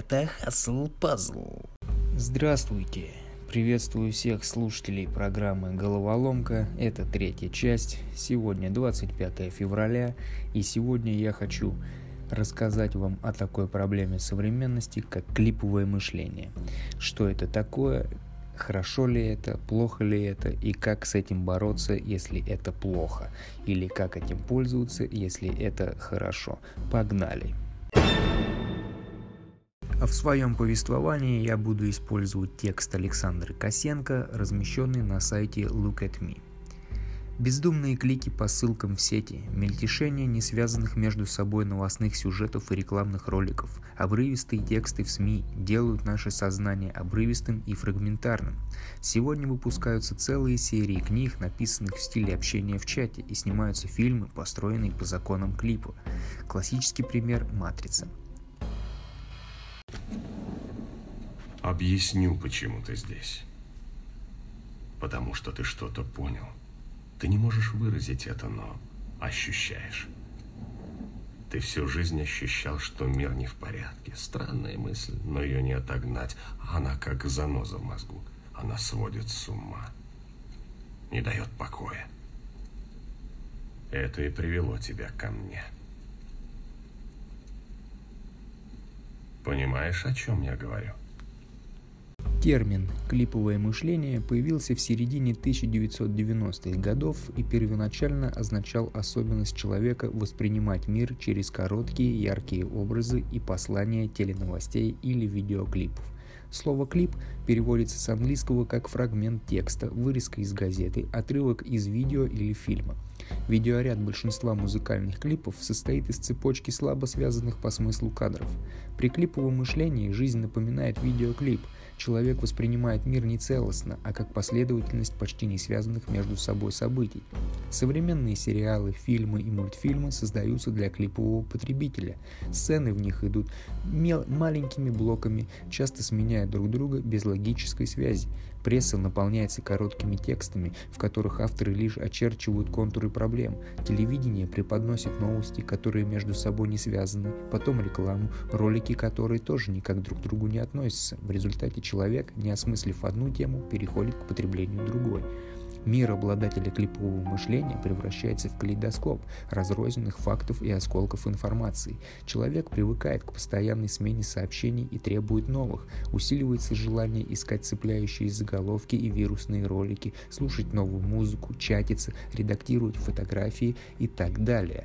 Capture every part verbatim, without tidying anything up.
Это Hustle Puzzle. Здравствуйте! Приветствую всех слушателей программы «Головоломка». Это третья часть. Сегодня двадцать пятое февраля, и сегодня я хочу рассказать вам о такой проблеме современности, как клиповое мышление. Что это такое, хорошо ли это, плохо ли это, и как с этим бороться, если это плохо, или как этим пользоваться, если это хорошо. Погнали! А в своем повествовании я буду использовать текст Александры Косенко, размещенный на сайте Look at Me. Бездумные клики по ссылкам в сети, мельтешение не связанных между собой новостных сюжетов и рекламных роликов, обрывистые тексты в СМИ делают наше сознание обрывистым и фрагментарным. Сегодня выпускаются целые серии книг, написанных в стиле общения в чате, и снимаются фильмы, построенные по законам клипа. Классический пример – «Матрица». Объясню, почему ты здесь. Потому что ты что-то понял. Ты не можешь выразить это, но ощущаешь. Ты всю жизнь ощущал, что мир не в порядке. Странная мысль, но ее не отогнать. Она как заноза в мозгу. Она сводит с ума. Не дает покоя. Это и привело тебя ко мне. Понимаешь, о чем я говорю? Термин «клиповое мышление» появился в середине тысяча девятьсот девяностых годов и первоначально означал особенность человека воспринимать мир через короткие яркие образы и послания теленовостей или видеоклипов. Слово «клип» переводится с английского как фрагмент текста, вырезка из газеты, отрывок из видео или фильма. Видеоряд большинства музыкальных клипов состоит из цепочки слабо связанных по смыслу кадров. При клиповом мышлении жизнь напоминает видеоклип. Человек воспринимает мир не целостно, а как последовательность почти не связанных между собой событий. Современные сериалы, фильмы и мультфильмы создаются для клипового потребителя. Сцены в них идут мел- маленькими блоками, часто сменяя друг друга без логической связи. Пресса наполняется короткими текстами, в которых авторы лишь очерчивают контуры проблем. Телевидение преподносит новости, которые между собой не связаны, потом рекламу, ролики, которые тоже никак друг к другу не относятся. В результате человек, не осмыслив одну тему, переходит к потреблению другой. Мир обладателя клипового мышления превращается в калейдоскоп разрозненных фактов и осколков информации. Человек привыкает к постоянной смене сообщений и требует новых. Усиливается желание искать цепляющие заголовки и вирусные ролики, слушать новую музыку, чатиться, редактировать фотографии и так далее.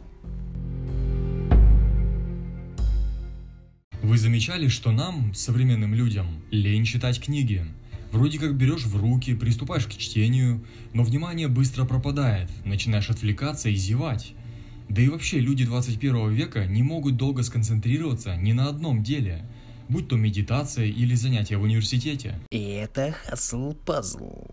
Вы замечали, что нам, современным людям, лень читать книги? Вроде как берешь в руки, приступаешь к чтению, но внимание быстро пропадает, начинаешь отвлекаться и зевать. Да и вообще люди двадцать первого века не могут долго сконцентрироваться ни на одном деле, будь то медитация или занятия в университете. И это Hustle Puzzle.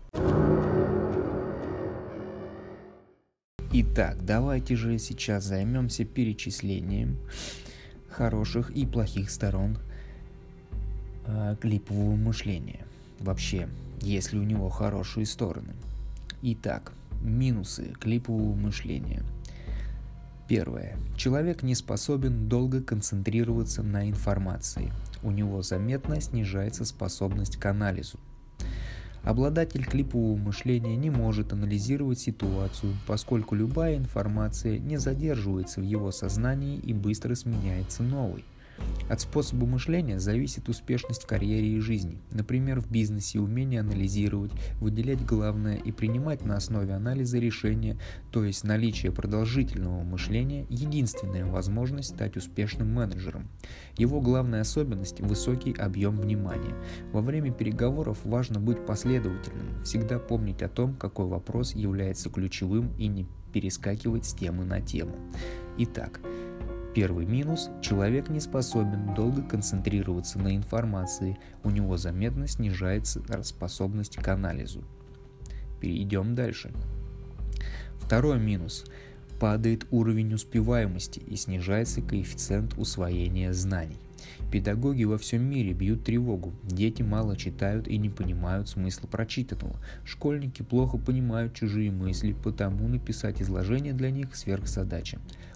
Итак, давайте же сейчас займемся перечислением хороших и плохих сторон э, клипового мышления. Вообще, есть ли у него хорошие стороны? Итак, минусы клипового мышления. Первое. Человек не способен долго концентрироваться на информации. У него заметно снижается способность к анализу. Обладатель клипового мышления не может анализировать ситуацию, поскольку любая информация не задерживается в его сознании и быстро сменяется новой. От способа мышления зависит успешность в карьере и жизни. Например, в бизнесе умение анализировать, выделять главное и принимать на основе анализа решения, то есть наличие продолжительного мышления – единственная возможность стать успешным менеджером. Его главная особенность – высокий объем внимания. Во время переговоров важно быть последовательным, всегда помнить о том, какой вопрос является ключевым и не перескакивать с темы на тему. Итак, первый минус – человек не способен долго концентрироваться на информации, у него заметно снижается способность к анализу. Перейдем дальше. Второй минус – падает уровень успеваемости и снижается коэффициент усвоения знаний. Педагоги во всем мире бьют тревогу, дети мало читают и не понимают смысла прочитанного, школьники плохо понимают чужие мысли, потому написать изложение для них сверхзадача.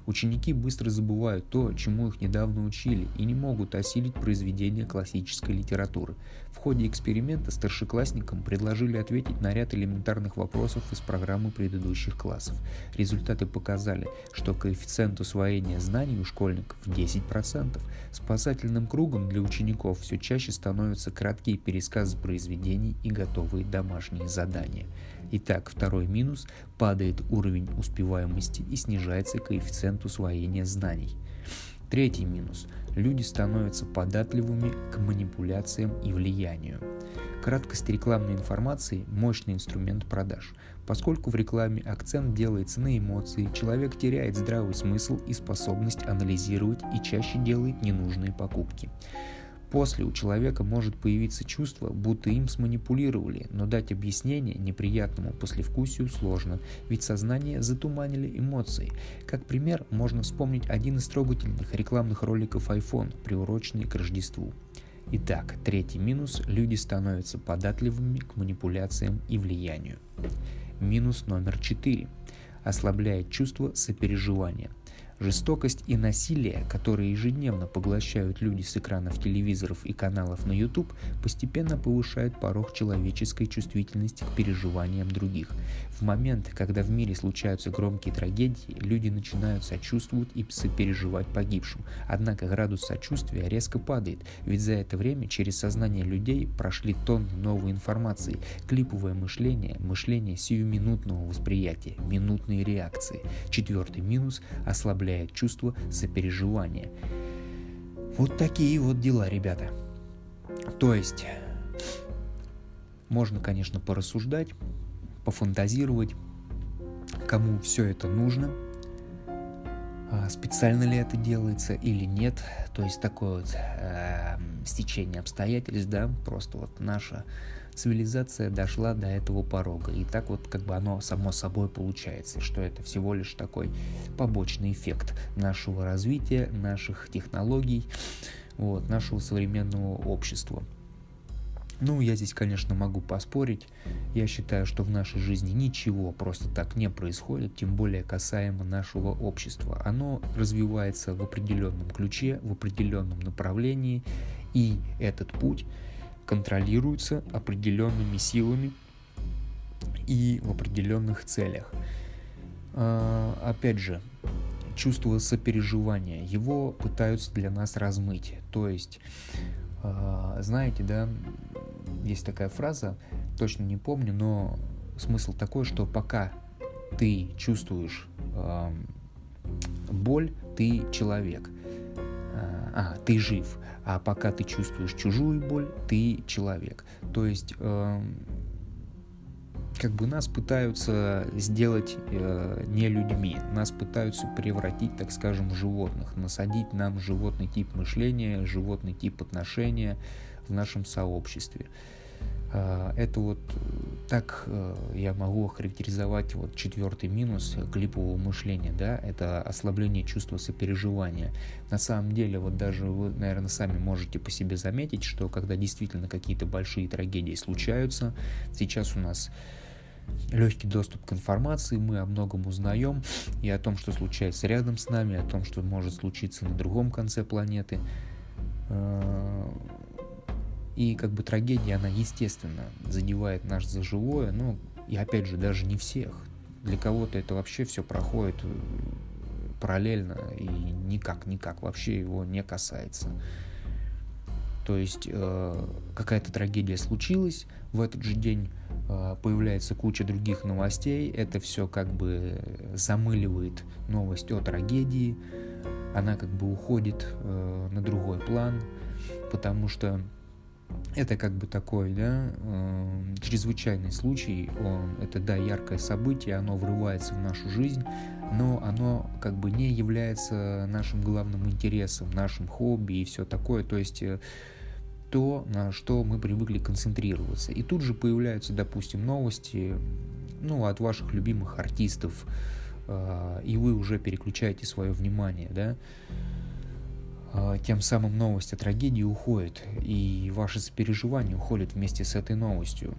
Ученики быстро забывают то, чему их недавно учили, и не могут осилить произведения классической литературы. В ходе эксперимента старшеклассникам предложили ответить на ряд элементарных вопросов из программы предыдущих классов. Результаты показали, что коэффициент усвоения знаний у школьников десять процентов. Спасательным кругом для учеников все чаще становятся краткие пересказы произведений и готовые домашние задания. Итак, второй минус – падает уровень успеваемости и снижается коэффициент усвоения знаний. Третий минус – люди становятся податливыми к манипуляциям и влиянию. Краткость рекламной информации – мощный инструмент продаж. Поскольку в рекламе акцент делается на эмоции, человек теряет здравый смысл и способность анализировать и чаще делает ненужные покупки. После у человека может появиться чувство, будто им сманипулировали, но дать объяснение неприятному послевкусию сложно, ведь сознание затуманили эмоции. Как пример, можно вспомнить один из трогательных рекламных роликов iPhone, приуроченный к Рождеству. Итак, третий минус – люди становятся податливыми к манипуляциям и влиянию. Минус номер четыре – ослабляет чувство сопереживания. Жестокость и насилие, которые ежедневно поглощают люди с экранов телевизоров и каналов на YouTube, постепенно повышают порог человеческой чувствительности к переживаниям других. В момент, когда в мире случаются громкие трагедии, люди начинают сочувствовать и сопереживать погибшим. Однако градус сочувствия резко падает, ведь за это время через сознание людей прошли тонны новой информации, клиповое мышление, мышление сиюминутного восприятия, минутные реакции. Четвертый минус – ослабляет чувство сопереживания. Вот такие вот дела, ребята. То есть, можно, конечно, порассуждать, пофантазировать, кому все это нужно, специально ли это делается или нет. То есть, такое вот э, стечение обстоятельств, да, просто вот наша цивилизация дошла до этого порога. И так вот как бы оно само собой получается, что это всего лишь такой побочный эффект нашего развития, наших технологий, вот, нашего современного общества. Ну, я здесь, конечно, могу поспорить. Я считаю, что в нашей жизни ничего просто так не происходит, тем более касаемо нашего общества. Оно развивается в определенном ключе, в определенном направлении, и этот путь контролируется определенными силами и в определенных целях. А, опять же, чувство сопереживания, его пытаются для нас размыть. То есть, а, знаете, да, есть такая фраза, точно не помню, но смысл такой, что пока ты чувствуешь а, боль, ты человек. А, ты жив, а пока ты чувствуешь чужую боль, ты человек. То есть, э, как бы нас пытаются сделать э, не людьми, нас пытаются превратить, так скажем, в животных, насадить нам животный тип мышления, животный тип отношения в нашем сообществе. Это вот так я могу охарактеризовать вот четвертый минус клипового мышления, да, это ослабление чувства сопереживания. На самом деле, вот даже вы, наверное, сами можете по себе заметить, что когда действительно какие-то большие трагедии случаются, сейчас у нас легкий доступ к информации, мы о многом узнаем, и о том, что случается рядом с нами, о том, что может случиться на другом конце планеты. И как бы трагедия, она, естественно, задевает нас за живое, но и опять же, даже не всех. Для кого-то это вообще все проходит параллельно и никак-никак вообще его не касается. То есть э, какая-то трагедия случилась, в этот же день э, появляется куча других новостей, это все как бы замыливает новость о трагедии, она как бы уходит э, на другой план, потому что это как бы такой, да, э, чрезвычайный случай, он, это, да, яркое событие, оно врывается в нашу жизнь, но оно как бы не является нашим главным интересом, нашим хобби и все такое, то есть э, то, на что мы привыкли концентрироваться. И тут же появляются, допустим, новости, ну, от ваших любимых артистов, э, и вы уже переключаете свое внимание, да, тем самым новость о трагедии уходит, и ваше сопереживание уходит вместе с этой новостью.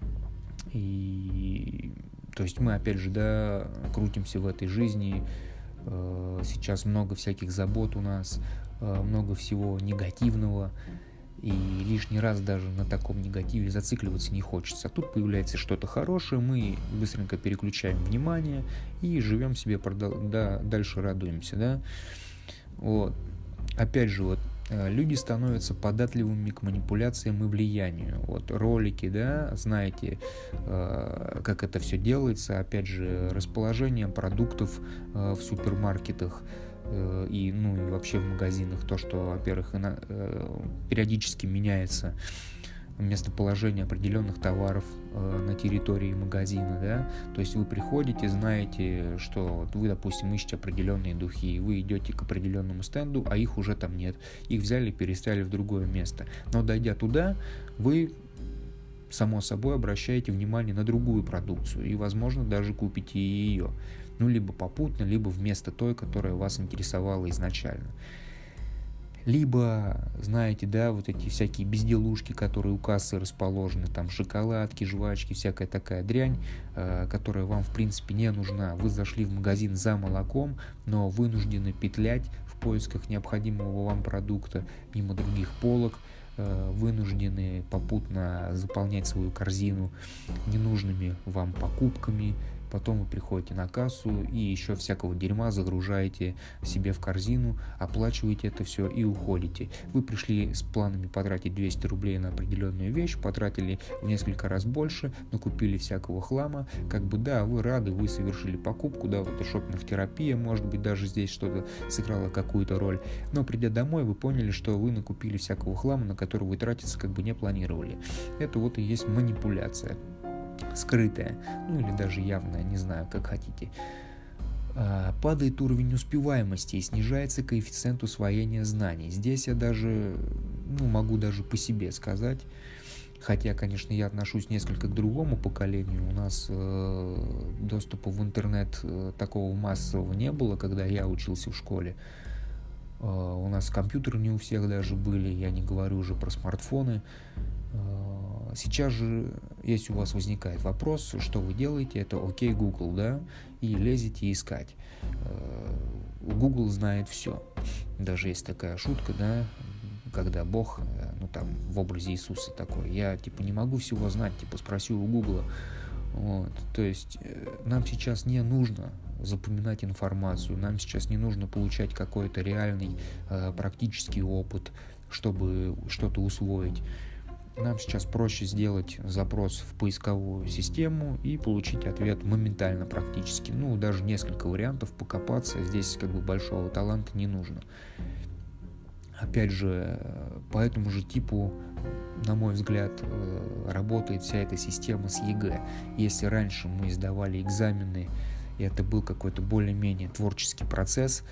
И то есть мы, опять же, да, крутимся в этой жизни, Сейчас много всяких забот у нас, много всего негативного, и лишний раз даже на таком негативе зацикливаться не хочется. А тут появляется что-то хорошее, мы быстренько переключаем внимание и живем себе, продал... да, дальше радуемся, да. Вот. Опять же, вот люди становятся податливыми к манипуляциям и влиянию. Вот ролики, да, знаете, э, как это все делается. Опять же, расположение продуктов э, в супермаркетах э, и, ну, и вообще в магазинах. То, что, во-первых, ино, э, периодически меняется местоположение определенных товаров э, на территории магазина, да, то есть вы приходите, знаете, что вот вы, допустим, ищете определенные духи, вы идете к определенному стенду, а их уже там нет, их взяли, переставили в другое место, но дойдя туда, вы, само собой, обращаете внимание на другую продукцию и, возможно, даже купите ее, ну, либо попутно, либо вместо той, которая вас интересовала изначально. Либо, знаете, да, вот эти всякие безделушки, которые у кассы расположены, там шоколадки, жвачки, всякая такая дрянь, э, которая вам, в принципе, не нужна. Вы зашли в магазин за молоком, но вынуждены петлять в поисках необходимого вам продукта мимо других полок, э, вынуждены попутно заполнять свою корзину ненужными вам покупками. Потом вы приходите на кассу и еще всякого дерьма загружаете себе в корзину, оплачиваете это все и уходите. Вы пришли с планами потратить двести рублей на определенную вещь, потратили в несколько раз больше, но купили всякого хлама. Как бы да, вы рады, вы совершили покупку, да, вот эта шопинг-терапия, может быть, даже здесь что-то сыграло какую-то роль. Но придя домой, вы поняли, что вы накупили всякого хлама, на который вы тратиться как бы не планировали. Это вот и есть манипуляция. Скрытая, ну или даже явная, не знаю, как хотите. Падает уровень успеваемости и снижается коэффициент усвоения знаний. Здесь я даже, ну, могу даже по себе сказать, хотя, конечно, я отношусь несколько к другому поколению. У нас э, доступа в интернет э, такого массового не было, когда я учился в школе. Э, у нас компьютеры не у всех даже были, я не говорю уже про смартфоны. Сейчас же, если у вас возникает вопрос, что вы делаете, это окей, Google, да, и лезете искать. Google знает все. Даже есть такая шутка, да, когда Бог, ну там, в образе Иисуса такой, я, типа, не могу всего знать, типа, спроси у Гугла. Вот. То есть нам сейчас не нужно запоминать информацию, нам сейчас не нужно получать какой-то реальный практический опыт, чтобы что-то усвоить. Нам сейчас проще сделать запрос в поисковую систему и получить ответ моментально практически. Ну, даже несколько вариантов покопаться, здесь как бы большого таланта не нужно. Опять же, по этому же типу, на мой взгляд, работает вся эта система с ЕГЭ. Если раньше мы сдавали экзамены, и это был какой-то более-менее творческий процесс,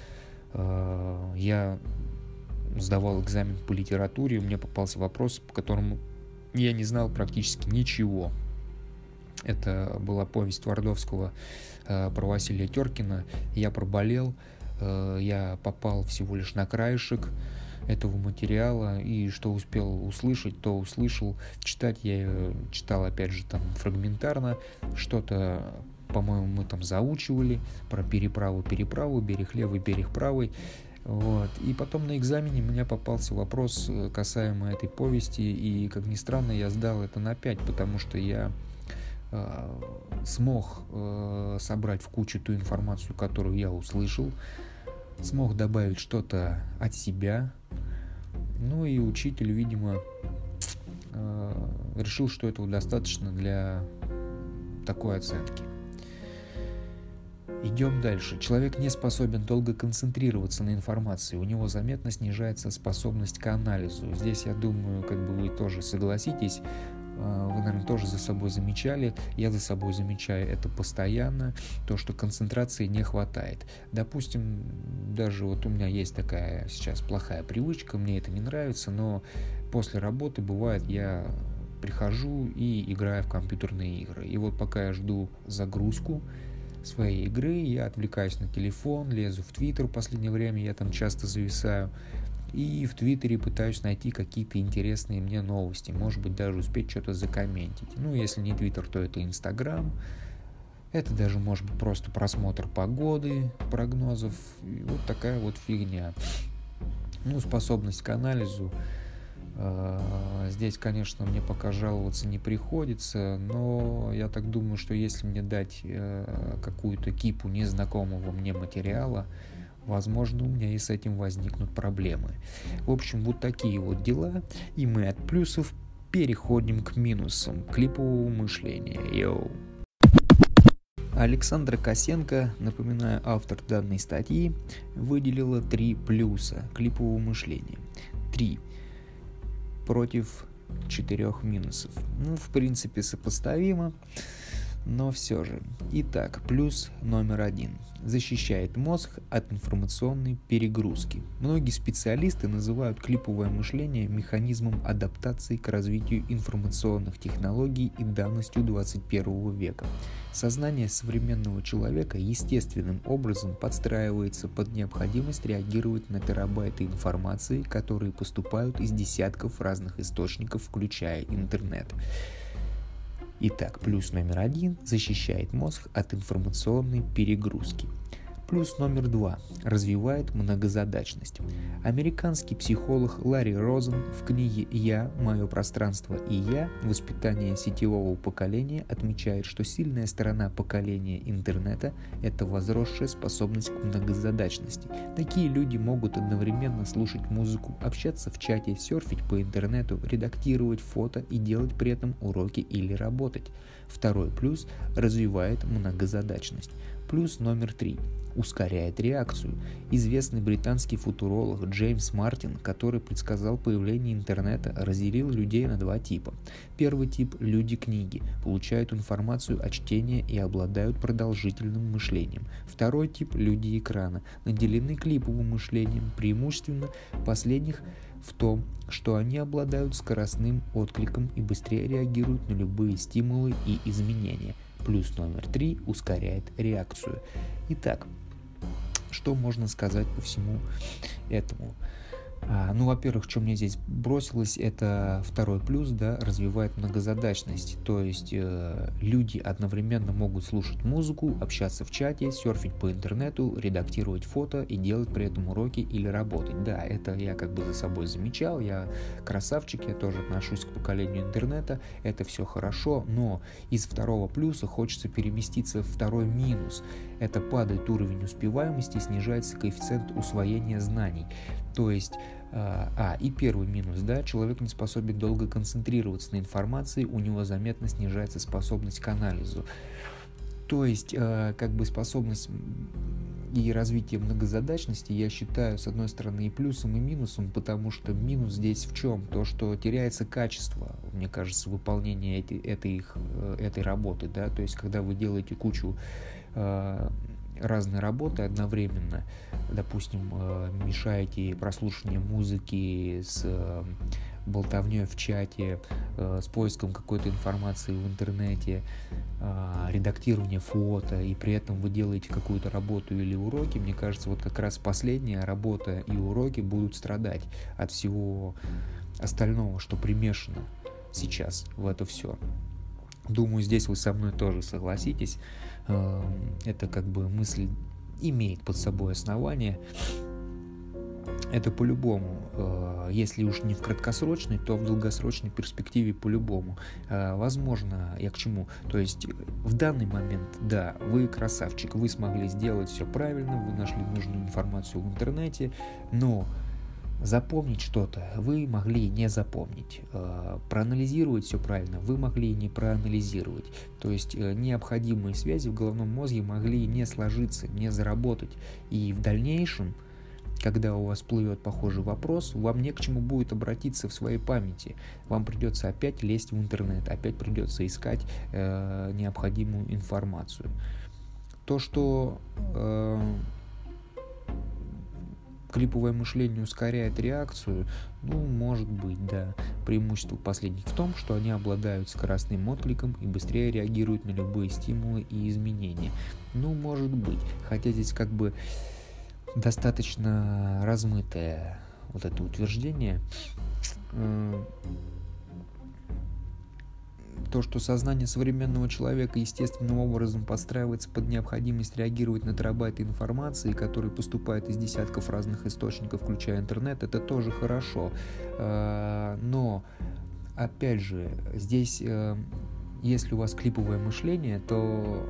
я сдавал экзамен по литературе, мне попался вопрос, по которому я не знал практически ничего. Это была повесть Твардовского э, про Василия Теркина. Я проболел, э, я попал всего лишь на краешек этого материала, и что успел услышать, то услышал. Читать я читал, опять же, там фрагментарно, что-то, по-моему, мы там заучивали про переправу, переправу, берег левый, берег правый. Вот. И потом на экзамене у меня попался вопрос касаемо этой повести, и, как ни странно, я сдал это на пять, потому что я э, смог э, собрать в кучу ту информацию, которую я услышал, смог добавить что-то от себя, ну и учитель, видимо, э, решил, что этого достаточно для такой оценки. Идем дальше. Человек не способен долго концентрироваться на информации, у него заметно снижается способность к анализу. Здесь, я думаю, как бы вы тоже согласитесь, вы, наверное, тоже за собой замечали, я за собой замечаю это постоянно, то, что концентрации не хватает. Допустим, даже вот у меня есть такая сейчас плохая привычка, мне это не нравится, но после работы бывает, я прихожу и играю в компьютерные игры. И вот пока я жду загрузку своей игры, я отвлекаюсь на телефон, лезу в Твиттер, в последнее время я там часто зависаю, и в Твиттере пытаюсь найти какие-то интересные мне новости, может быть, даже успеть что-то закомментить. Ну, если не Твиттер, то это Инстаграм, Это даже может быть просто просмотр погоды, прогнозов, и вот такая вот фигня. Ну, способность к анализу. Здесь, конечно, мне пока жаловаться не приходится, но я так думаю, что если мне дать какую-то кипу незнакомого мне материала, возможно, у меня и с этим возникнут проблемы. В общем, вот такие вот дела, и мы от плюсов переходим к минусам клипового мышления. Йоу! Александра Косенко, напоминаю, автор данной статьи, выделила три плюса клипового мышления. Три против четырех минусов. Ну, в принципе, сопоставимо, но все же. Итак, плюс номер один. Защищает мозг от информационной перегрузки. Многие специалисты называют клиповое мышление механизмом адаптации к развитию информационных технологий и данностью двадцать первого века. Сознание современного человека естественным образом подстраивается под необходимость реагировать на терабайты информации, которые поступают из десятков разных источников, включая интернет. Итак, плюс номер один – защищает мозг от информационной перегрузки. Плюс номер два – развивает многозадачность. Американский психолог Ларри Розен в книге «Я, мое пространство и я. Воспитание сетевого поколения» отмечает, что сильная сторона поколения интернета – это возросшая способность к многозадачности. Такие люди могут одновременно слушать музыку, общаться в чате, серфить по интернету, редактировать фото и делать при этом уроки или работать. Второй плюс – развивает многозадачность. Плюс номер три. Ускоряет реакцию. Известный британский футуролог Джеймс Мартин, который предсказал появление интернета, разделил людей на два типа. Первый тип – люди-книги, получают информацию от чтения и обладают продолжительным мышлением. Второй тип – люди экрана, наделены клиповым мышлением, преимущественно последних в том, что они обладают скоростным откликом и быстрее реагируют на любые стимулы и изменения. Плюс номер три – ускоряет реакцию. Итак, что можно сказать по всему этому? А, ну, во-первых, что мне здесь бросилось, это второй плюс, да, развивает многозадачность. То есть э, люди одновременно могут слушать музыку, общаться в чате, серфить по интернету, редактировать фото и делать при этом уроки или работать. Да, это я как бы за собой замечал, я красавчик, я тоже отношусь к поколению интернета, это все хорошо, но из второго плюса хочется переместиться в второй минус. Это падает уровень успеваемости, снижается коэффициент усвоения знаний. То есть, а, и первый минус, да, человек не способен долго концентрироваться на информации, у него заметно снижается способность к анализу. То есть, как бы способность и развитие многозадачности я считаю, с одной стороны, и плюсом, и минусом, потому что минус здесь в чем? То, что теряется качество, мне кажется, выполнения этой, этой, этой работы, да, то есть, когда вы делаете кучу разные работы одновременно, допустим, мешаете прослушивание музыки с болтовней в чате, с поиском какой-то информации в интернете, редактирование фото, и при этом вы делаете какую-то работу или уроки, мне кажется, вот как раз последняя работа и уроки будут страдать от всего остального, что примешано сейчас в это все. Думаю, здесь вы со мной тоже согласитесь. Это как бы мысль имеет под собой основание. Это по-любому. Если уж не в краткосрочной, то в долгосрочной перспективе по-любому. Возможно, я к чему? То есть в данный момент, да, вы красавчик, вы смогли сделать все правильно, вы нашли нужную информацию в интернете, но запомнить что-то вы могли не запомнить, проанализировать все правильно вы могли не проанализировать, то есть необходимые связи в головном мозге могли не сложиться, не заработать, и в дальнейшем, когда у вас плывет похожий вопрос, вам не к чему будет обратиться в своей памяти, вам придется опять лезть в интернет, опять придется искать э, необходимую информацию. То, что э, клиповое мышление ускоряет реакцию, ну, может быть, да. Преимущество последних в том, что они обладают скоростным откликом и быстрее реагируют на любые стимулы и изменения. Ну, может быть. Хотя здесь как бы достаточно размытое вот это утверждение. то, что сознание современного человека естественным образом подстраивается под необходимость реагировать на терабайты информации, которые поступают из десятков разных источников, включая интернет, это тоже хорошо. Но, опять же, здесь, если у вас клиповое мышление, то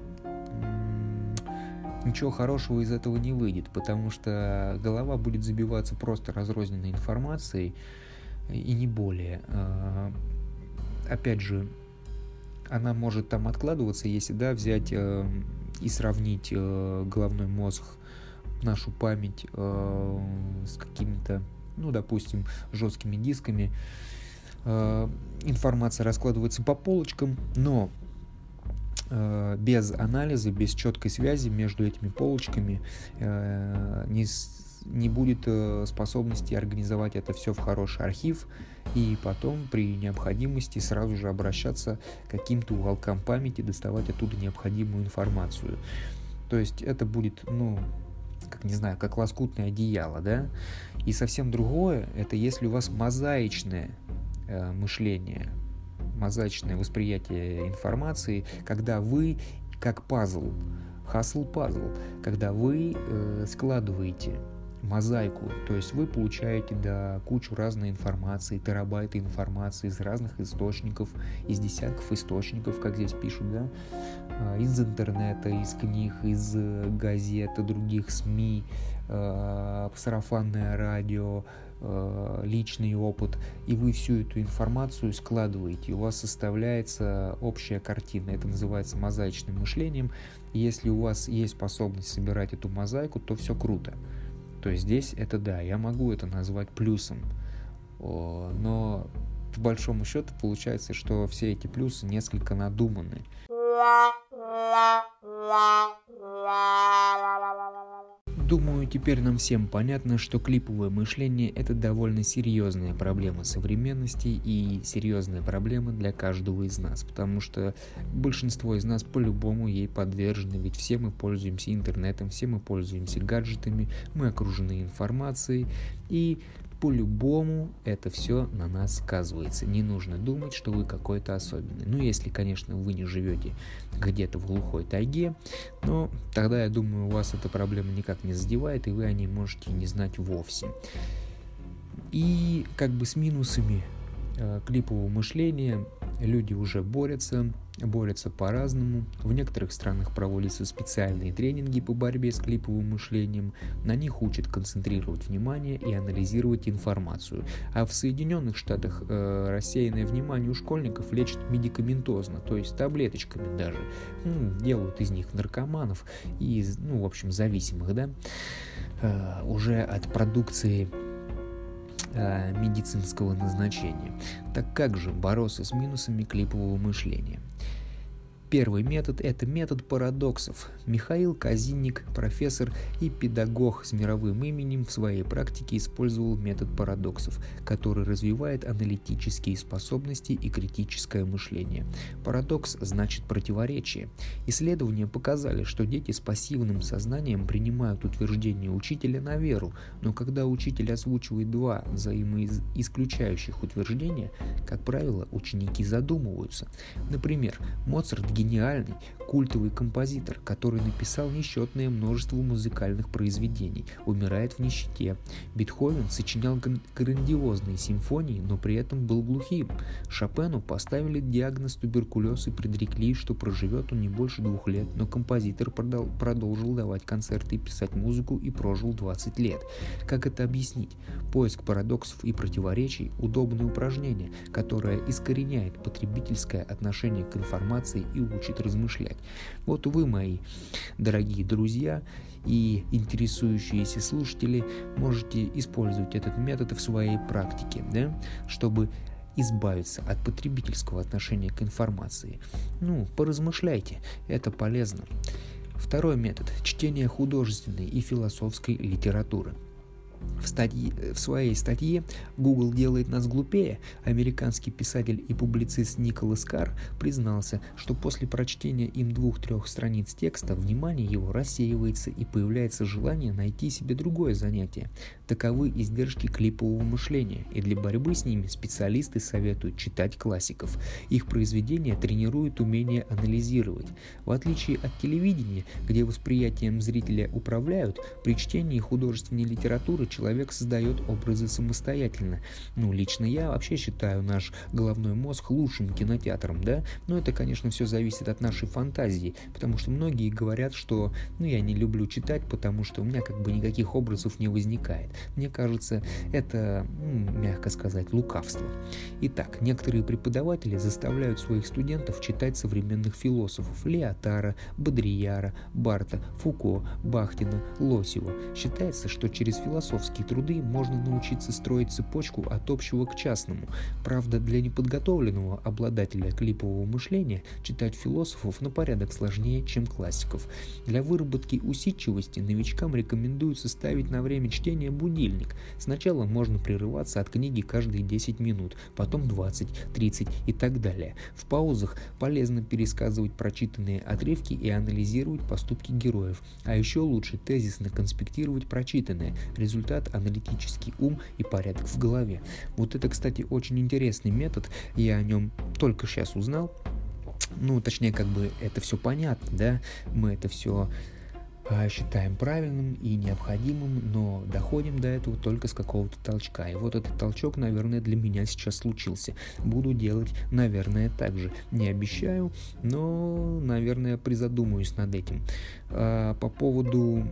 ничего хорошего из этого не выйдет, потому что голова будет забиваться просто разрозненной информацией, и не более. Опять же, она может там откладываться, если, да, взять э, и сравнить э, головной мозг, нашу память э, с какими-то, ну, допустим, жесткими дисками. Э, информация раскладывается по полочкам, но э, без анализа, без четкой связи между этими полочками э, не, не будет э, способности организовать это все в хороший архив, и потом при необходимости сразу же обращаться к каким-то уголкам памяти, доставать оттуда необходимую информацию. То есть это будет, ну, как не знаю, как лоскутное одеяло, да? И совсем другое, это если у вас мозаичное э, мышление, мозаичное восприятие информации, когда вы как пазл, хасл-пазл, когда вы э, складываете мозаику, то есть вы получаете, да, кучу разной информации, терабайты информации из разных источников, из десятков источников, как здесь пишут, да, из интернета, из книг, из газет, других СМИ, сарафанное радио, личный опыт, и вы всю эту информацию складываете, и у вас составляется общая картина. Это называется мозаичным мышлением. И если у вас есть способность собирать эту мозаику, то все круто. То есть здесь это да, я могу это назвать плюсом, но по большому счету получается, что все эти плюсы несколько надуманы. Думаю, теперь нам всем понятно, что клиповое мышление – это довольно серьезная проблема современности и серьезная проблема для каждого из нас, потому что большинство из нас по-любому ей подвержены, ведь все мы пользуемся интернетом, все мы пользуемся гаджетами, мы окружены информацией, и по-любому это все на нас сказывается. Не нужно думать, что вы какой-то особенный. Ну, если, конечно, вы не живете где-то в глухой тайге, но тогда, я думаю, у вас эта проблема никак не задевает, и вы о ней можете не знать вовсе. И как бы с минусами э, клипового мышления люди уже борются, борются по-разному. В некоторых странах проводятся специальные тренинги по борьбе с клиповым мышлением. На них учат концентрировать внимание и анализировать информацию. А в Соединенных Штатах э, рассеянное внимание у школьников лечат медикаментозно, то есть таблеточками даже. Ну, делают из них наркоманов и, ну, в общем, зависимых, да, э, уже от продукции медицинского назначения. Так как же бороться с минусами клипового мышления? Первый метод – это метод парадоксов. Михаил Казинник, профессор и педагог с мировым именем, в своей практике использовал метод парадоксов, который развивает аналитические способности и критическое мышление. Парадокс значит противоречие. Исследования показали, что дети с пассивным сознанием принимают утверждения учителя на веру, но когда учитель озвучивает два взаимоисключающих утверждения, как правило, ученики задумываются. Например, Моцарт – гениальный, культовый композитор, который написал несчетное множество музыкальных произведений, умирает в нищете. Бетховен сочинял грандиозные симфонии, но при этом был глухим. Шопену поставили диагноз туберкулез и предрекли, что проживет он не больше двух лет, но композитор продолжил давать концерты и писать музыку и прожил двадцать лет. Как это объяснить? Поиск парадоксов и противоречий – удобное упражнение, которое искореняет потребительское отношение к информации и учит размышлять. Вот вы, мои дорогие друзья и интересующиеся слушатели, можете использовать этот метод в своей практике, да, чтобы избавиться от потребительского отношения к информации. Ну, поразмышляйте, это полезно. Второй метод – чтение художественной и философской литературы. В, статье, в своей статье «Google делает нас глупее» американский писатель и публицист Николас Карр признался, что после прочтения им двух-трех страниц текста внимание его рассеивается и появляется желание найти себе другое занятие. Таковы издержки клипового мышления, и для борьбы с ними специалисты советуют читать классиков. Их произведения тренируют умение анализировать. В отличие от телевидения, где восприятием зрителя управляют, при чтении художественной литературы человек Человек создает образы самостоятельно. Ну, лично я вообще считаю наш головной мозг лучшим кинотеатром, да? Но это, конечно, все зависит от нашей фантазии, потому что многие говорят, что, ну, я не люблю читать, потому что у меня как бы никаких образов не возникает. Мне кажется, это, ну, мягко сказать, лукавство. Итак, некоторые преподаватели заставляют своих студентов читать современных философов Леотара, Бодрияра, Барта, Фуко, Бахтина, Лосева. Считается, что через философские труды можно научиться строить цепочку от общего к частному. Правда, для неподготовленного обладателя клипового мышления читать философов на порядок сложнее, чем классиков. Для выработки усидчивости новичкам рекомендуется ставить на время чтения будильник. Сначала можно прерываться от книги каждые десять минут, потом двадцать, тридцать и так далее. В паузах полезно пересказывать прочитанные отрывки и анализировать поступки героев. А еще лучше тезисно конспектировать прочитанное. Результат – аналитический ум и порядок в голове. Вот это, кстати, очень интересный метод, я о нем только сейчас узнал. Ну, точнее, как бы это все понятно, да, мы это все э, считаем правильным и необходимым, но доходим до этого только с какого-то толчка. И вот этот толчок, наверное, для меня сейчас случился. Буду делать, наверное, так же. Не обещаю, но, наверное, призадумаюсь над этим. А, по поводу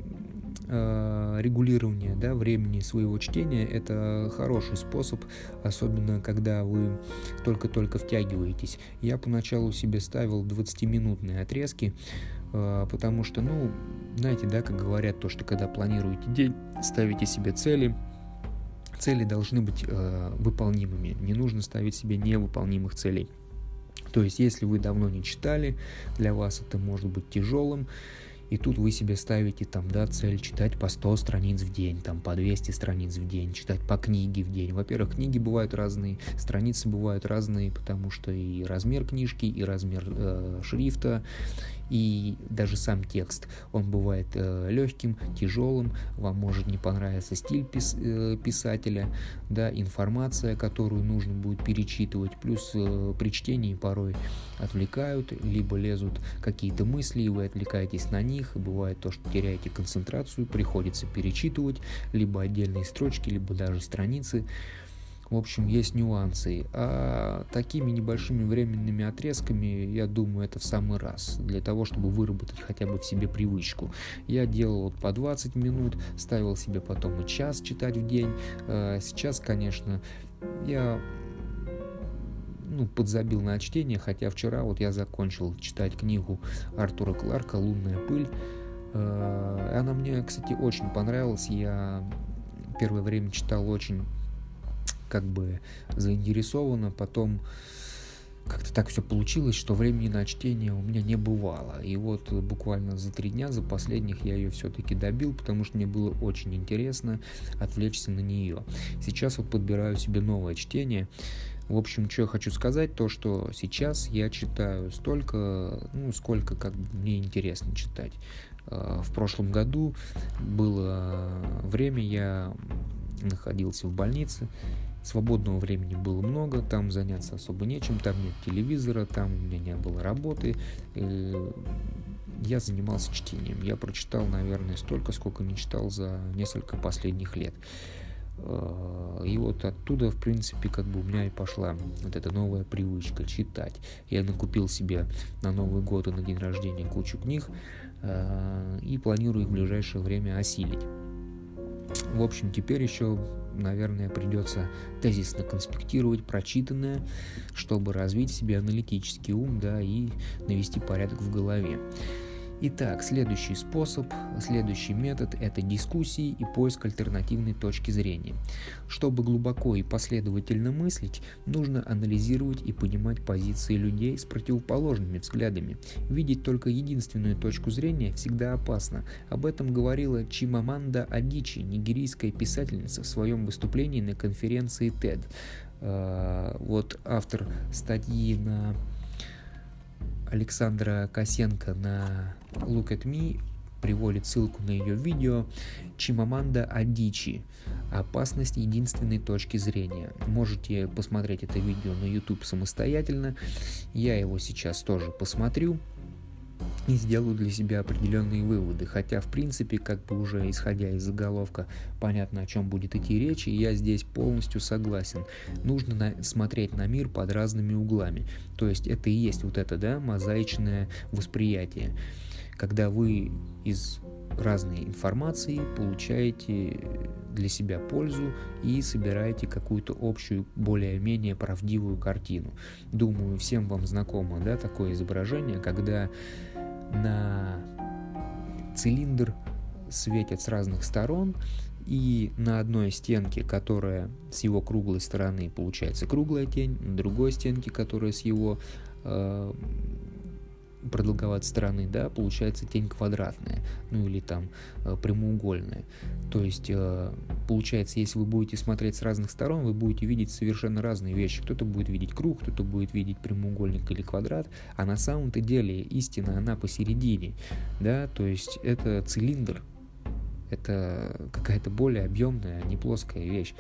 регулирование, да, времени своего чтения — это хороший способ, особенно когда вы только-только втягиваетесь. Я поначалу себе ставил двадцатиминутные отрезки, потому что, ну, знаете, да, как говорят, то, что когда планируете день, ставите себе цели, цели должны быть э, выполнимыми, не нужно ставить себе невыполнимых целей. То есть, если вы давно не читали, для вас это может быть тяжелым, и тут вы себе ставите там, да, цель читать по сто страниц в день, там по двести страниц в день, читать по книге в день. Во-первых, книги бывают разные, страницы бывают разные, потому что и размер книжки, и размер э, шрифта, и даже сам текст, он бывает э, легким, тяжелым, вам может не понравиться стиль пис, э, писателя, да, информация, которую нужно будет перечитывать, плюс э, при чтении порой отвлекают, либо лезут какие-то мысли, и вы отвлекаетесь на них, и бывает то, что теряете концентрацию, приходится перечитывать либо отдельные строчки, либо даже страницы. В общем, есть нюансы. А такими небольшими временными отрезками, я думаю, это в самый раз. Для того, чтобы выработать хотя бы в себе привычку. Я делал вот по двадцать минут, ставил себе потом и час читать в день. А сейчас, конечно, я ну, подзабил на чтение, хотя вчера вот я закончил читать книгу Артура Кларка «Лунная пыль». Она мне, кстати, очень понравилась. Я первое время читал очень как бы заинтересованно, потом как-то так все получилось, что времени на чтение у меня не бывало. И вот буквально за три дня, за последних, я ее все-таки добил, потому что мне было очень интересно отвлечься на нее. Сейчас вот подбираю себе новое чтение. В общем, что я хочу сказать, то, что сейчас я читаю столько, ну, сколько как бы мне интересно читать. В прошлом году было время, я находился в больнице, свободного времени было много, там заняться особо нечем, там нет телевизора, там у меня не было работы, я занимался чтением. Я прочитал, наверное, столько, сколько не читал за несколько последних лет. И вот оттуда, в принципе, как бы у меня и пошла вот эта новая привычка читать. Я накупил себе на Новый год и на день рождения кучу книг и планирую их в ближайшее время осилить. В общем, теперь еще, наверное, придется тезисно конспектировать прочитанное, чтобы развить в себе аналитический ум, да, и навести порядок в голове. Итак, следующий способ, следующий метод – это дискуссии и поиск альтернативной точки зрения. Чтобы глубоко и последовательно мыслить, нужно анализировать и понимать позиции людей с противоположными взглядами. Видеть только единственную точку зрения всегда опасно. Об этом говорила Чимаманда Адичи, нигерийская писательница, в своем выступлении на конференции тед. Вот автор статьи на Александра Косенко на Look at Me приводит ссылку на ее видео Чимаманда Адичи «Опасность единственной точки зрения». Можете посмотреть это видео на YouTube самостоятельно. Я его сейчас тоже посмотрю и сделаю для себя определенные выводы. Хотя, в принципе, как бы уже исходя из заголовка, понятно, о чем будет идти речь, и я здесь полностью согласен. Нужно на- смотреть на мир под разными углами. То есть это и есть вот это, да, мозаичное восприятие, когда вы из разной информации получаете для себя пользу и собираете какую-то общую, более-менее правдивую картину. Думаю, всем вам знакомо, да, такое изображение, когда на цилиндр светят с разных сторон, и на одной стенке, которая с его круглой стороны, получается круглая тень, на другой стенке, которая с его э, продолговатой стороны, да, получается тень квадратная, ну или там э, прямоугольная. То есть э, получается, если вы будете смотреть с разных сторон, вы будете видеть совершенно разные вещи. Кто-то будет видеть круг, кто-то будет видеть прямоугольник или квадрат, а на самом-то деле истина, она посередине, да, то есть это цилиндр, это какая-то более объемная, не плоская вещь.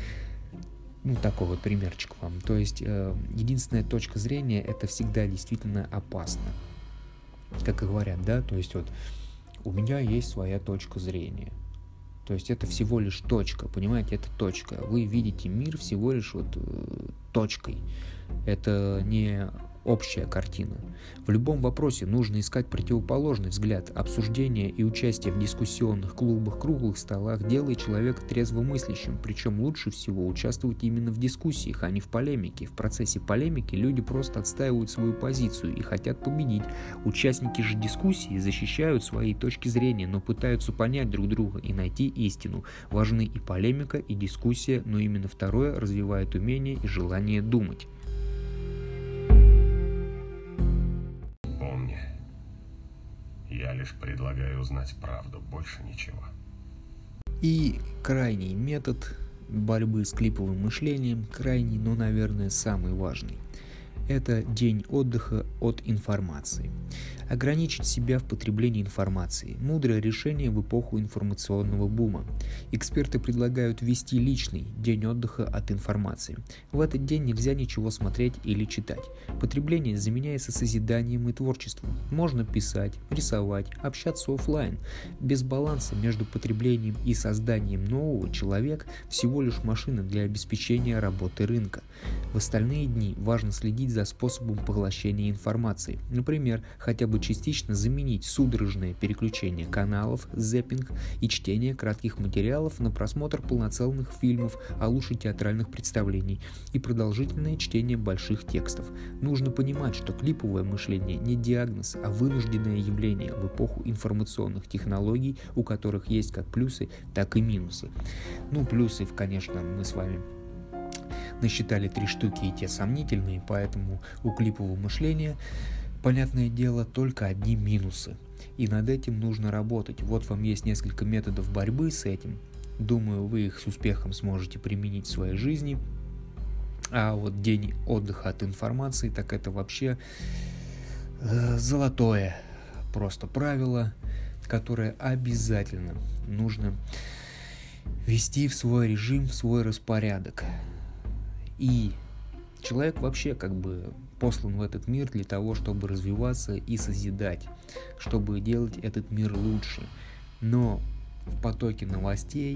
Ну, такой вот примерчик вам. То есть э, единственная точка зрения — это всегда действительно опасно. Как и говорят, да, то есть вот у меня есть своя точка зрения. То есть это всего лишь точка, понимаете, это точка. Вы видите мир всего лишь вот э, точкой. Это не общая картина. В любом вопросе нужно искать противоположный взгляд. Обсуждение и участие в дискуссионных клубах, круглых столах делает человека трезвомыслящим. Причем лучше всего участвовать именно в дискуссиях, а не в полемике. В процессе полемики люди просто отстаивают свою позицию и хотят победить. Участники же дискуссии защищают свои точки зрения, но пытаются понять друг друга и найти истину. Важны и полемика, и дискуссия, но именно второе развивает умение и желание думать. Я лишь предлагаю узнать правду, больше ничего. И крайний метод борьбы с клиповым мышлением, крайний, но, наверное, самый важный. Это день отдыха от информации. Ограничить себя в потреблении информации. Мудрое решение в эпоху информационного бума. Эксперты предлагают ввести личный день отдыха от информации. В этот день нельзя ничего смотреть или читать. Потребление заменяется созиданием и творчеством. Можно писать, рисовать, общаться офлайн. Без баланса между потреблением и созданием нового человек всего лишь машина для обеспечения работы рынка. В остальные дни важно следить за способом поглощения информации. Например, хотя бы частично заменить судорожное переключение каналов, зэппинг и чтение кратких материалов на просмотр полноценных фильмов, а лучше театральных представлений, и продолжительное чтение больших текстов. Нужно понимать, что клиповое мышление не диагноз, а вынужденное явление в эпоху информационных технологий, у которых есть как плюсы, так и минусы. Ну, плюсы, конечно, мы с вами насчитали три штуки, и те сомнительные, поэтому у клипового мышления, понятное дело, только одни минусы. И над этим нужно работать. Вот вам есть несколько методов борьбы с этим. Думаю, вы их с успехом сможете применить в своей жизни. А вот день отдыха от информации, так это вообще э, золотое просто правило, которое обязательно нужно ввести в свой режим, в свой распорядок. И человек вообще как бы послан в этот мир для того, чтобы развиваться и созидать, чтобы делать этот мир лучше. Но в потоке новостей,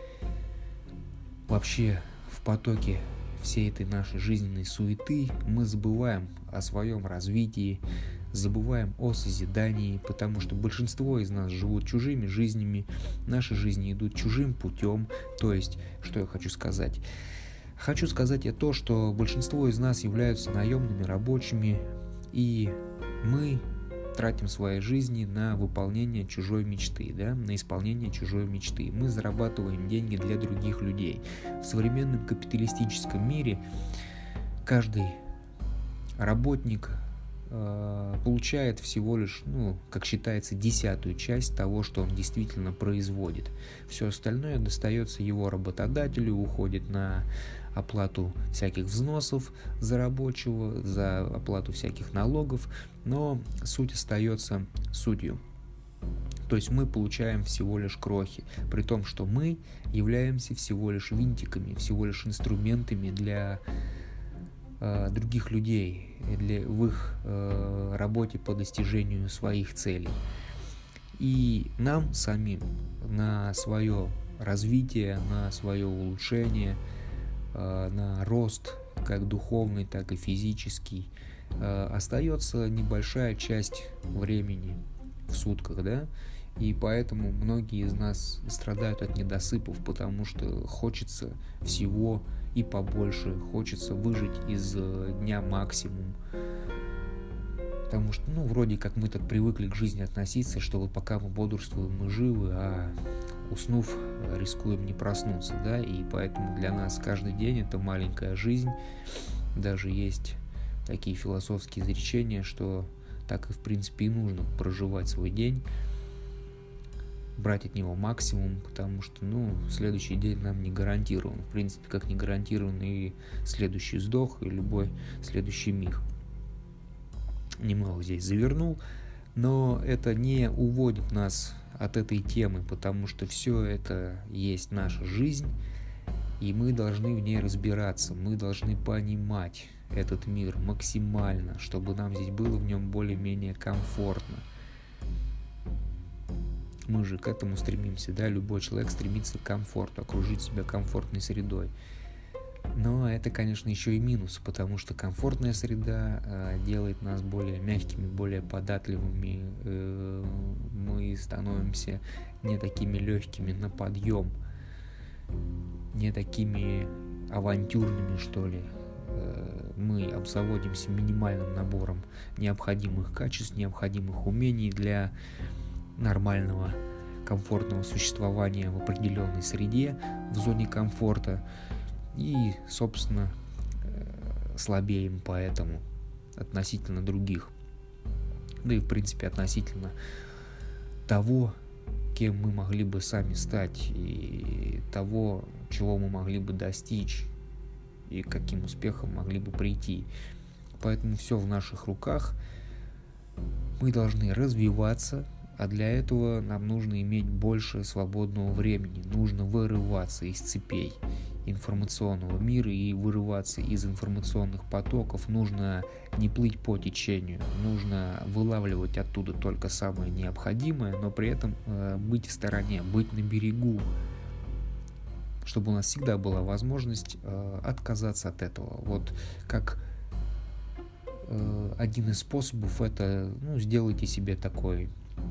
вообще в потоке всей этой нашей жизненной суеты мы забываем о своем развитии, забываем о созидании, потому что большинство из нас живут чужими жизнями, наши жизни идут чужим путем. То есть, что я хочу сказать? Хочу сказать я то, что большинство из нас являются наемными рабочими, и мы тратим свои жизни на выполнение чужой мечты, да, на исполнение чужой мечты. Мы зарабатываем деньги для других людей. В современном капиталистическом мире каждый работник э, получает всего лишь, ну, как считается, десятую часть того, что он действительно производит. Все остальное достается его работодателю, уходит на оплату всяких взносов за рабочего, за оплату всяких налогов, но суть остается сутью. То есть мы получаем всего лишь крохи, при том, что мы являемся всего лишь винтиками, всего лишь инструментами для э, других людей, для, в их э, работе по достижению своих целей. И нам самим на свое развитие, на свое улучшение, на рост, как духовный, так и физический, остается небольшая часть времени в сутках, да, и поэтому многие из нас страдают от недосыпов, потому что хочется всего и побольше, хочется выжить из дня максимум, потому что, ну, вроде как мы так привыкли к жизни относиться, что вот пока мы бодрствуем, мы живы, а уснув, рискуем не проснуться, да, и поэтому для нас каждый день это маленькая жизнь. Даже есть такие философские изречения, что так и в принципе и нужно проживать свой день, брать от него максимум, потому что, ну, следующий день нам не гарантирован, в принципе, как не гарантирован и следующий вздох, и любой следующий миг. Немного здесь завернул, но это не уводит нас от этой темы, потому что все это есть наша жизнь, и мы должны в ней разбираться, мы должны понимать этот мир максимально, чтобы нам здесь было в нем более-менее комфортно. Мы же к этому стремимся, да, любой человек стремится к комфорту, окружить себя комфортной средой. Но это, конечно, еще и минус, потому что комфортная среда э, делает нас более мягкими, более податливыми. Э, мы становимся не такими легкими на подъем, не такими авантюрными, что ли. Э, мы обзаводимся минимальным набором необходимых качеств, необходимых умений для нормального, комфортного существования в определенной среде, в зоне комфорта. И, собственно, слабеем поэтому относительно других. Да и, в принципе, относительно того, кем мы могли бы сами стать, и того, чего мы могли бы достичь, и к каким успехам могли бы прийти. Поэтому все в наших руках. Мы должны развиваться, а для этого нам нужно иметь больше свободного времени. Нужно вырываться из цепей информационного мира и вырываться из информационных потоков. Нужно не плыть по течению, нужно вылавливать оттуда только самое необходимое, но при этом э, быть в стороне, быть на берегу, чтобы у нас всегда была возможность э, отказаться от этого. Вот как э, один из способов это, ну, сделайте себе такой,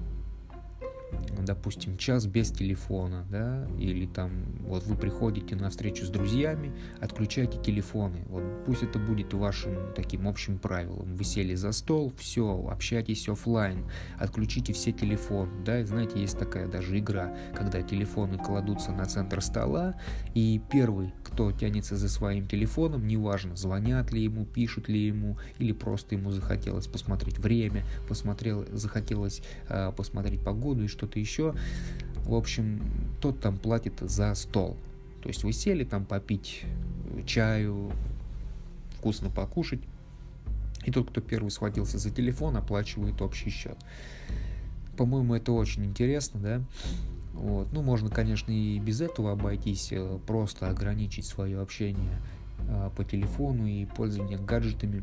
допустим, час без телефона, да, или там вот вы приходите на встречу с друзьями, отключайте телефоны. Вот пусть это будет вашим таким общим правилом. Вы сели за стол, все, общайтесь офлайн, отключите все телефоны, да, и знаете, есть такая даже игра, когда телефоны кладутся на центр стола, и первый, кто тянется за своим телефоном, неважно, звонят ли ему, пишут ли ему, или просто ему захотелось посмотреть время, посмотрел, захотелось э, посмотреть погоду и что-то еще. В общем, тот там платит за стол. То есть вы сели там попить чаю, вкусно покушать, и тот, кто первый схватился за телефон, оплачивает общий счет. По-моему, это очень интересно, да? Вот. Ну, можно, конечно, и без этого обойтись, просто ограничить свое общение по телефону и пользование гаджетами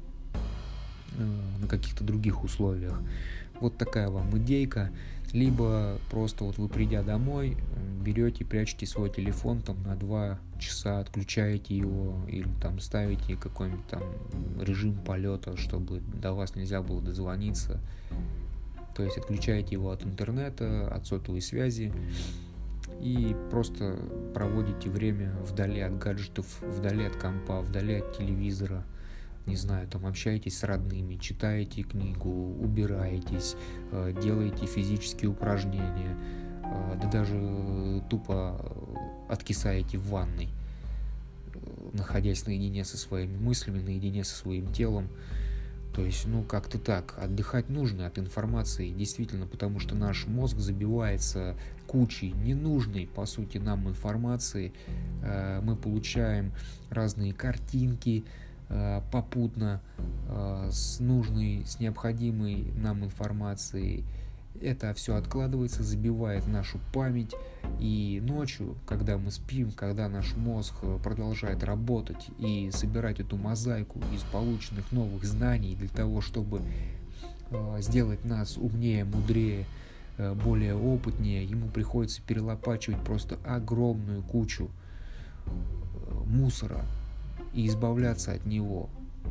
на каких-то других условиях. Вот такая вам идейка. Либо просто вот вы, придя домой, берете, прячете свой телефон там на два часа, отключаете его, или там ставите какой-нибудь там режим полета, чтобы до вас нельзя было дозвониться. То есть отключаете его от интернета, от сотовой связи и просто проводите время вдали от гаджетов, вдали от компа, вдали от телевизора, не знаю, там общаетесь с родными, читаете книгу, убираетесь, делаете физические упражнения, да даже тупо откисаете в ванной, находясь наедине со своими мыслями, наедине со своим телом. То есть, ну, как-то так. Отдыхать нужно от информации, действительно, потому что наш мозг забивается кучей ненужной, по сути, нам информации. Мы получаем разные картинки попутно с нужной, с необходимой нам информацией. Это все откладывается, забивает нашу память, и ночью, когда мы спим, когда наш мозг продолжает работать и собирать эту мозаику из полученных новых знаний для того, чтобы сделать нас умнее, мудрее, более опытнее, ему приходится перелопачивать просто огромную кучу мусора и избавляться от него.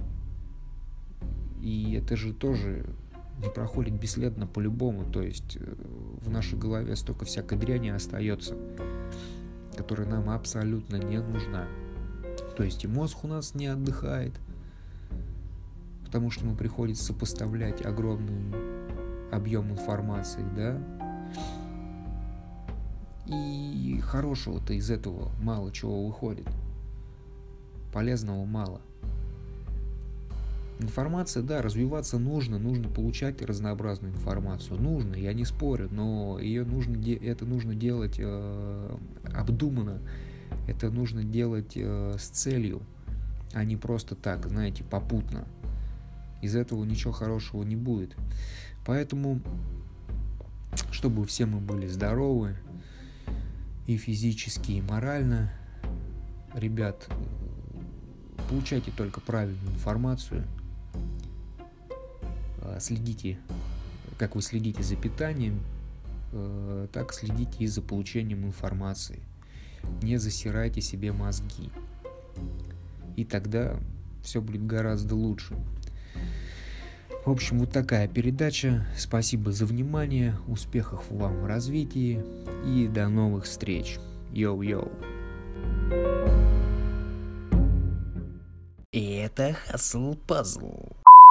И это же тоже не проходит бесследно по-любому, то есть в нашей голове столько всякой дряни остается, которая нам абсолютно не нужна. То есть и мозг у нас не отдыхает, потому что ему приходится сопоставлять огромный объем информации, да, и хорошего-то из этого мало чего выходит, полезного мало. Информация, да, развиваться нужно, нужно получать разнообразную информацию, нужно, я не спорю, но ее нужно, это нужно делать э, обдуманно, это нужно делать э, с целью, а не просто так, знаете, попутно. Из этого ничего хорошего не будет. Поэтому, чтобы все мы были здоровы и физически, и морально, ребят, получайте только правильную информацию. Следите, как вы следите за питанием, так следите и за получением информации. Не засирайте себе мозги. И тогда все будет гораздо лучше. В общем, вот такая передача. Спасибо за внимание. Успехов вам в развитии. И до новых встреч. Йоу-йоу. И это Hustle Puzzle.